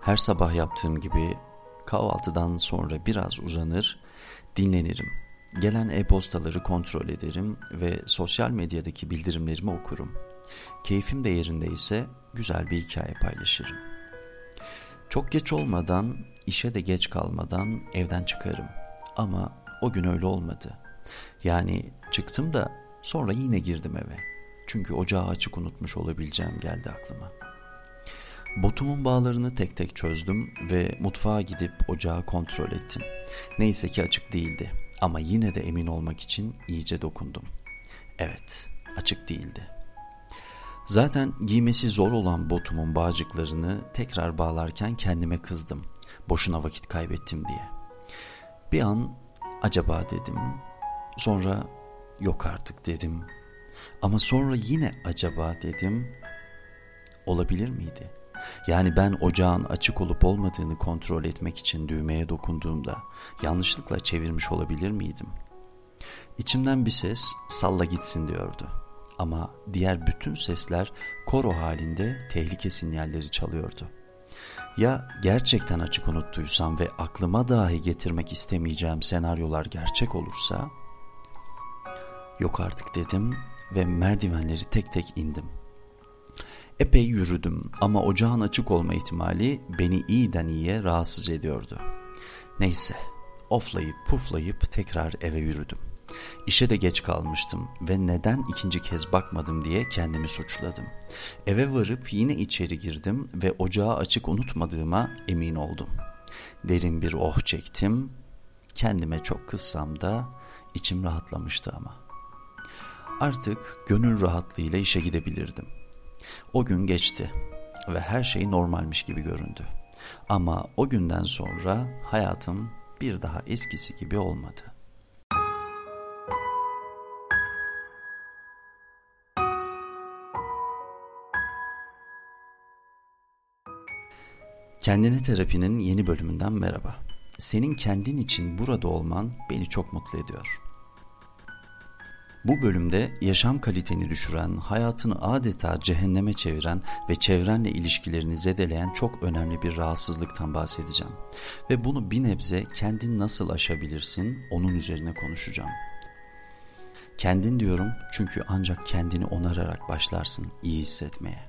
Her sabah yaptığım gibi kahvaltıdan sonra biraz uzanır, dinlenirim. Gelen e-postaları kontrol ederim ve sosyal medyadaki bildirimlerimi okurum. Keyfim de yerindeyse güzel bir hikaye paylaşırım. Çok geç olmadan, işe de geç kalmadan evden çıkarım. Ama o gün öyle olmadı. Yani çıktım da sonra yine girdim eve. Çünkü ocağı açık unutmuş olabileceğim geldi aklıma. Botumun bağlarını tek tek çözdüm ve mutfağa gidip ocağı kontrol ettim. Neyse ki açık değildi ama yine de emin olmak için iyice dokundum. Evet, açık değildi. Zaten giymesi zor olan botumun bağcıklarını tekrar bağlarken kendime kızdım. Boşuna vakit kaybettim diye. Bir an acaba dedim, sonra yok artık dedim. Ama sonra yine acaba dedim, olabilir miydi? Yani ben ocağın açık olup olmadığını kontrol etmek için düğmeye dokunduğumda yanlışlıkla çevirmiş olabilir miydim? İçimden bir ses salla gitsin diyordu. Ama diğer bütün sesler koro halinde tehlike sinyalleri çalıyordu. Ya gerçekten açık unuttuysam ve aklıma dahi getirmek istemeyeceğim senaryolar gerçek olursa? Yok artık dedim ve merdivenleri tek tek indim. Epey yürüdüm ama ocağın açık olma ihtimali beni iyiden iyiye rahatsız ediyordu. Neyse, oflayıp puflayıp tekrar eve yürüdüm. İşe de geç kalmıştım ve neden ikinci kez bakmadım diye kendimi suçladım. Eve varıp yine içeri girdim ve ocağı açık unutmadığıma emin oldum. Derin bir oh çektim. Kendime çok kızsam da içim rahatlamıştı ama. Artık gönül rahatlığıyla işe gidebilirdim. O gün geçti ve her şey normalmiş gibi göründü. Ama o günden sonra hayatım bir daha eskisi gibi olmadı. Kendine Terapi'nin yeni bölümünden merhaba. Senin kendin için burada olman beni çok mutlu ediyor. Bu bölümde yaşam kaliteni düşüren, hayatını adeta cehenneme çeviren ve çevrenle ilişkilerini zedeleyen çok önemli bir rahatsızlıktan bahsedeceğim. Ve bunu bir nebze kendin nasıl aşabilirsin onun üzerine konuşacağım. Kendin diyorum çünkü ancak kendini onararak başlarsın iyi hissetmeye.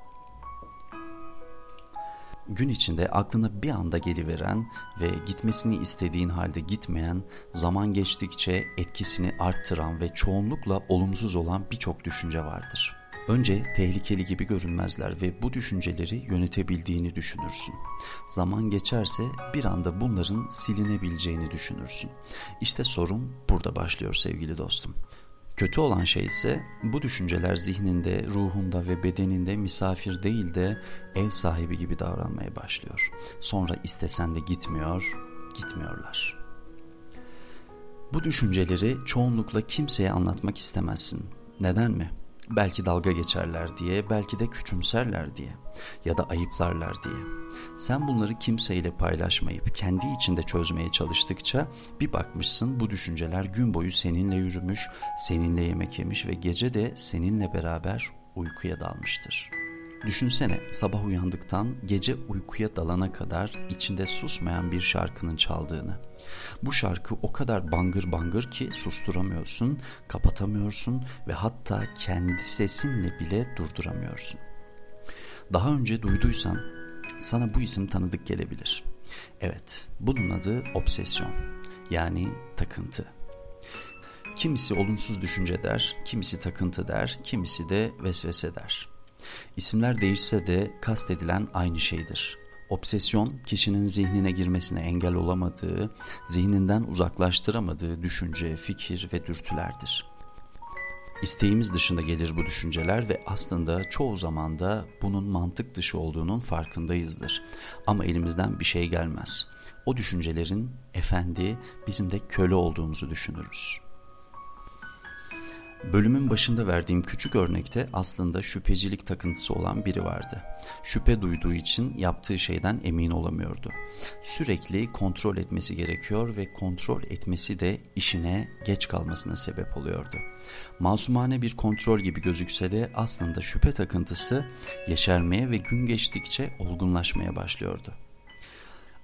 Gün içinde aklına bir anda geliveren ve gitmesini istediğin halde gitmeyen, zaman geçtikçe etkisini arttıran ve çoğunlukla olumsuz olan birçok düşünce vardır. Önce tehlikeli gibi görünmezler ve bu düşünceleri yönetebildiğini düşünürsün. Zaman geçerse bir anda bunların silinebileceğini düşünürsün. İşte sorun burada başlıyor sevgili dostum. Kötü olan şey ise bu düşünceler zihninde, ruhunda ve bedeninde misafir değil de ev sahibi gibi davranmaya başlıyor. Sonra istesen de gitmiyorlar. Bu düşünceleri çoğunlukla kimseye anlatmak istemezsin. Neden mi? Belki dalga geçerler diye, belki de küçümserler diye ya da ayıplarlar diye. Sen bunları kimseyle paylaşmayıp kendi içinde çözmeye çalıştıkça bir bakmışsın bu düşünceler gün boyu seninle yürümüş, seninle yemek yemiş ve gece de seninle beraber uykuya dalmıştır. Düşünsene sabah uyandıktan gece uykuya dalana kadar içinde susmayan bir şarkının çaldığını. Bu şarkı o kadar bangır bangır ki susturamıyorsun, kapatamıyorsun ve hatta kendi sesinle bile durduramıyorsun. Daha önce duyduysan sana bu isim tanıdık gelebilir. Evet, bunun adı obsesyon, yani takıntı. Kimisi olumsuz düşünce der, kimisi takıntı der, kimisi de vesvese der. İsimler değişse de kastedilen aynı şeydir. Obsesyon, kişinin zihnine girmesine engel olamadığı, zihninden uzaklaştıramadığı düşünce, fikir ve dürtülerdir. İsteğimiz dışında gelir bu düşünceler ve aslında çoğu zaman da bunun mantık dışı olduğunun farkındayızdır. Ama elimizden bir şey gelmez. O düşüncelerin efendi, bizim de köle olduğumuzu düşünürüz. Bölümün başında verdiğim küçük örnekte aslında şüphecilik takıntısı olan biri vardı. Şüphe duyduğu için yaptığı şeyden emin olamıyordu. Sürekli kontrol etmesi gerekiyor ve kontrol etmesi de işine geç kalmasına sebep oluyordu. Masumane bir kontrol gibi gözükse de aslında şüphe takıntısı yeşermeye ve gün geçtikçe olgunlaşmaya başlıyordu.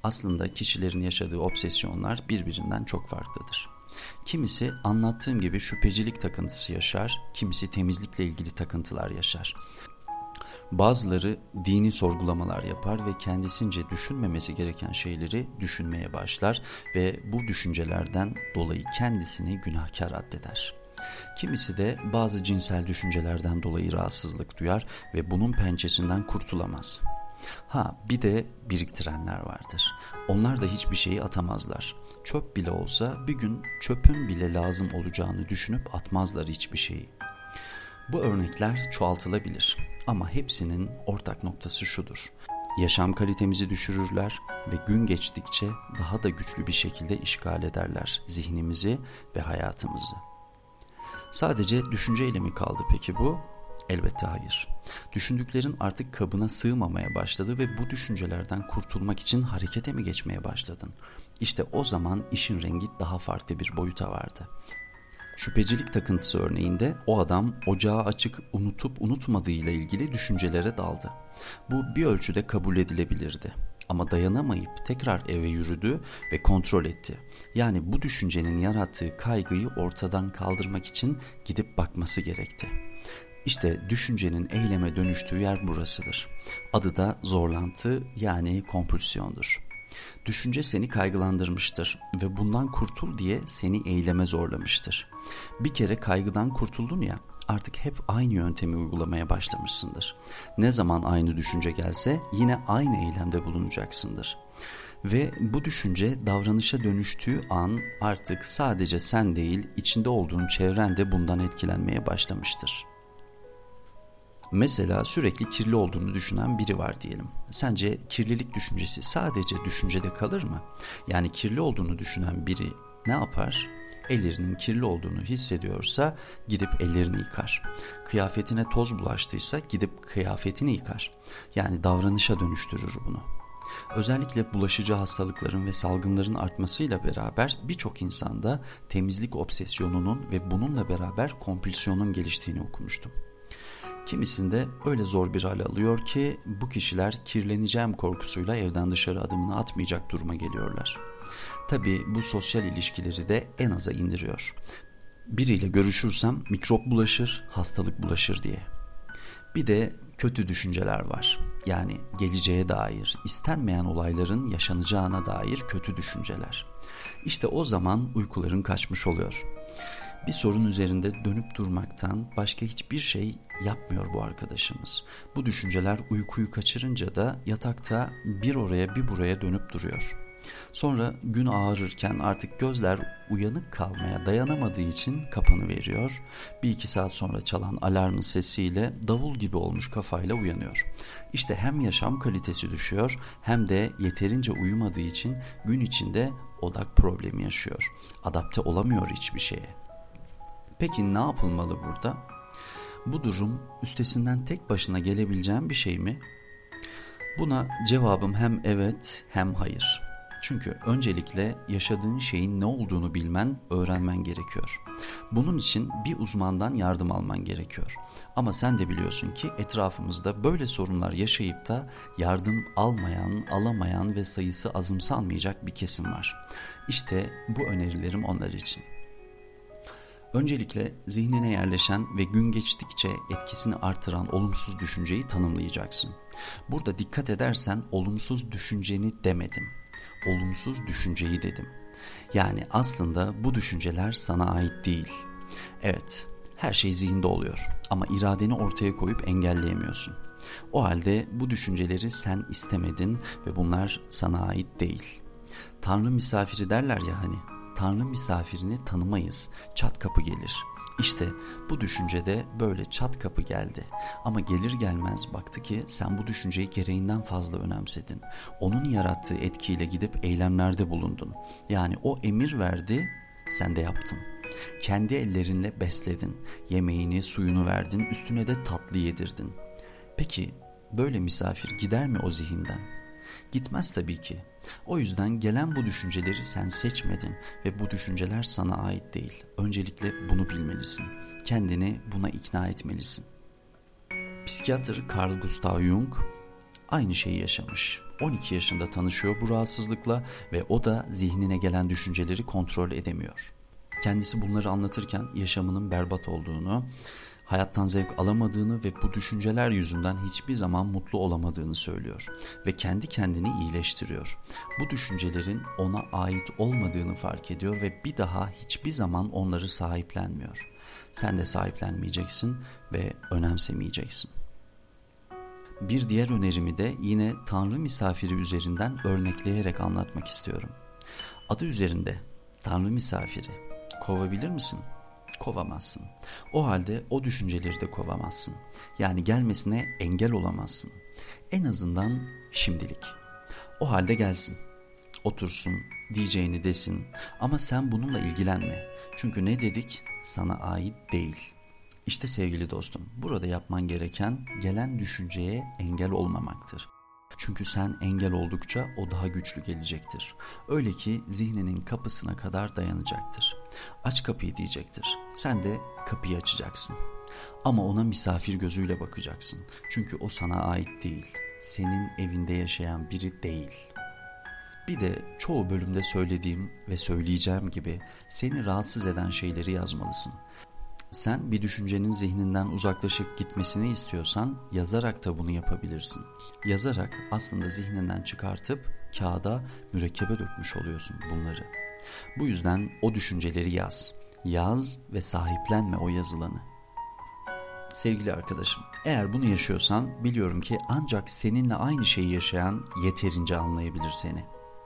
Aslında kişilerin yaşadığı obsesyonlar birbirinden çok farklıdır. Kimisi anlattığım gibi şüphecilik takıntısı yaşar, kimisi temizlikle ilgili takıntılar yaşar. Bazıları dini sorgulamalar yapar ve kendisince düşünmemesi gereken şeyleri düşünmeye başlar ve bu düşüncelerden dolayı kendisini günahkar addeder. Kimisi de bazı cinsel düşüncelerden dolayı rahatsızlık duyar ve bunun pençesinden kurtulamaz. Bir de biriktirenler vardır. Onlar da hiçbir şeyi atamazlar. Çöp bile olsa bir gün çöpün bile lazım olacağını düşünüp atmazlar hiçbir şeyi. Bu örnekler çoğaltılabilir ama hepsinin ortak noktası şudur: yaşam kalitemizi düşürürler ve gün geçtikçe daha da güçlü bir şekilde işgal ederler zihnimizi ve hayatımızı. Sadece düşünceyle mi kaldı peki bu? Elbette hayır. Düşündüklerin artık kabına sığmamaya başladı ve bu düşüncelerden kurtulmak için harekete mi geçmeye başladın? İşte o zaman işin rengi daha farklı bir boyuta vardı. Şüphecilik takıntısı örneğinde o adam ocağı açık unutup unutmadığıyla ilgili düşüncelere daldı. Bu bir ölçüde kabul edilebilirdi. Ama dayanamayıp tekrar eve yürüdü ve kontrol etti. Yani bu düşüncenin yarattığı kaygıyı ortadan kaldırmak için gidip bakması gerekti. İşte düşüncenin eyleme dönüştüğü yer burasıdır. Adı da zorlantı yani kompulsiyondur. Düşünce seni kaygılandırmıştır ve bundan kurtul diye seni eyleme zorlamıştır. Bir kere kaygıdan kurtuldun ya, artık hep aynı yöntemi uygulamaya başlamışsındır. Ne zaman aynı düşünce gelse yine aynı eylemde bulunacaksındır. Ve bu düşünce davranışa dönüştüğü an artık sadece sen değil, içinde olduğun çevren de bundan etkilenmeye başlamıştır. Mesela sürekli kirli olduğunu düşünen biri var diyelim. Sence kirlilik düşüncesi sadece düşüncede kalır mı? Yani kirli olduğunu düşünen biri ne yapar? Ellerinin kirli olduğunu hissediyorsa gidip ellerini yıkar. Kıyafetine toz bulaştıysa gidip kıyafetini yıkar. Yani davranışa dönüştürür bunu. Özellikle bulaşıcı hastalıkların ve salgınların artmasıyla beraber birçok insanda temizlik obsesyonunun ve bununla beraber kompulsiyonun geliştiğini okumuştum. Kimisinde öyle zor bir hal alıyor ki bu kişiler kirleneceğim korkusuyla evden dışarı adımını atmayacak duruma geliyorlar. Tabii bu sosyal ilişkileri de en aza indiriyor. Biriyle görüşürsem mikrop bulaşır, hastalık bulaşır diye. Bir de kötü düşünceler var. Yani geleceğe dair, istenmeyen olayların yaşanacağına dair kötü düşünceler. İşte o zaman uykuların kaçmış oluyor. Bir sorun üzerinde dönüp durmaktan başka hiçbir şey yapmıyor bu arkadaşımız. Bu düşünceler uykuyu kaçırınca da yatakta bir oraya bir buraya dönüp duruyor. Sonra gün ağarırken artık gözler uyanık kalmaya dayanamadığı için kapanıveriyor. 1-2 saat sonra çalan alarmın sesiyle davul gibi olmuş kafayla uyanıyor. İşte hem yaşam kalitesi düşüyor hem de yeterince uyumadığı için gün içinde odak problemi yaşıyor. Adapte olamıyor hiçbir şeye. Peki ne yapılmalı burada? Bu durum üstesinden tek başına gelebileceğin bir şey mi? Buna cevabım hem evet hem hayır. Çünkü öncelikle yaşadığın şeyin ne olduğunu bilmen, öğrenmen gerekiyor. Bunun için bir uzmandan yardım alman gerekiyor. Ama sen de biliyorsun ki etrafımızda böyle sorunlar yaşayıp da yardım almayan, alamayan ve sayısı azımsanmayacak bir kesim var. İşte bu önerilerim onlar için. Öncelikle zihnine yerleşen ve gün geçtikçe etkisini artıran olumsuz düşünceyi tanımlayacaksın. Burada dikkat edersen olumsuz düşünceni demedim. Olumsuz düşünceyi dedim. Yani aslında bu düşünceler sana ait değil. Evet, her şey zihinde oluyor ama iradeni ortaya koyup engelleyemiyorsun. O halde bu düşünceleri sen istemedin ve bunlar sana ait değil. Tanrı misafiri derler ya hani. Tanrı misafirini tanımayız, çat kapı gelir. İşte bu düşüncede böyle çat kapı geldi. Ama gelir gelmez baktı ki sen bu düşünceyi gereğinden fazla önemsedin. Onun yarattığı etkiyle gidip eylemlerde bulundun. Yani o emir verdi, sen de yaptın. Kendi ellerinle besledin, yemeğini, suyunu verdin, üstüne de tatlı yedirdin. Peki böyle misafir gider mi o zihinden? Gitmez tabii ki. O yüzden gelen bu düşünceleri sen seçmedin ve bu düşünceler sana ait değil. Öncelikle bunu bilmelisin. Kendini buna ikna etmelisin. Psikiyatr Carl Gustav Jung aynı şeyi yaşamış. 12 yaşında tanışıyor bu rahatsızlıkla ve o da zihnine gelen düşünceleri kontrol edemiyor. Kendisi bunları anlatırken yaşamının berbat olduğunu, hayattan zevk alamadığını ve bu düşünceler yüzünden hiçbir zaman mutlu olamadığını söylüyor ve kendi kendini iyileştiriyor. Bu düşüncelerin ona ait olmadığını fark ediyor ve bir daha hiçbir zaman onları sahiplenmiyor. Sen de sahiplenmeyeceksin ve önemsemeyeceksin. Bir diğer önerimi de yine Tanrı misafiri üzerinden örnekleyerek anlatmak istiyorum. Adı üzerinde Tanrı misafiri. Kovabilir misin? Kovamazsın. O halde o düşünceleri de kovamazsın. Yani gelmesine engel olamazsın. En azından şimdilik. O halde gelsin. Otursun, diyeceğini desin ama sen bununla ilgilenme. Çünkü ne dedik? Sana ait değil. İşte sevgili dostum, burada yapman gereken gelen düşünceye engel olmamaktır. Çünkü sen engel oldukça o daha güçlü gelecektir. Öyle ki zihninin kapısına kadar dayanacaktır. Aç kapıyı diyecektir. Sen de kapıyı açacaksın. Ama ona misafir gözüyle bakacaksın. Çünkü o sana ait değil. Senin evinde yaşayan biri değil. Bir de çoğu bölümde söylediğim ve söyleyeceğim gibi seni rahatsız eden şeyleri yazmalısın. Sen bir düşüncenin zihninden uzaklaşıp gitmesini istiyorsan yazarak da bunu yapabilirsin. Yazarak aslında zihninden çıkartıp kağıda mürekkebe dökmüş oluyorsun bunları. Bu yüzden o düşünceleri yaz. Yaz ve sahiplenme o yazılanı. Sevgili arkadaşım, eğer bunu yaşıyorsan biliyorum ki ancak seninle aynı şeyi yaşayan yeterince anlayabilir seni.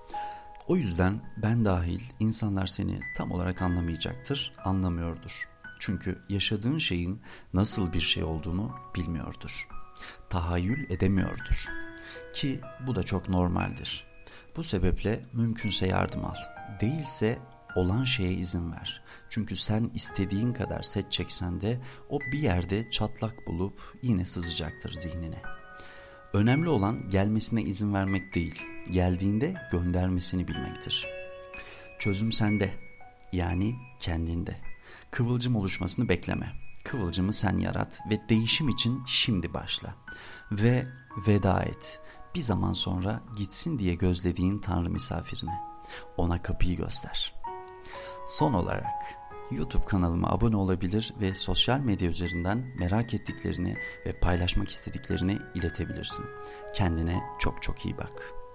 O yüzden ben dahil insanlar seni tam olarak anlamayacaktır, anlamıyordur. Çünkü yaşadığın şeyin nasıl bir şey olduğunu bilmiyordur. Tahayyül edemiyordur. Ki bu da çok normaldir. Bu sebeple mümkünse yardım al. Değilse olan şeye izin ver. Çünkü sen istediğin kadar set çeksen de o bir yerde çatlak bulup yine sızacaktır zihnine. Önemli olan gelmesine izin vermek değil, geldiğinde göndermesini bilmektir. Çözüm sende, yani kendinde. Kıvılcım oluşmasını bekleme. Kıvılcımı sen yarat ve değişim için şimdi başla. Ve veda et. Bir zaman sonra gitsin diye gözlediğin Tanrı misafirine. Ona kapıyı göster. Son olarak YouTube kanalıma abone olabilir ve sosyal medya üzerinden merak ettiklerini ve paylaşmak istediklerini iletebilirsin. Kendine çok çok iyi bak.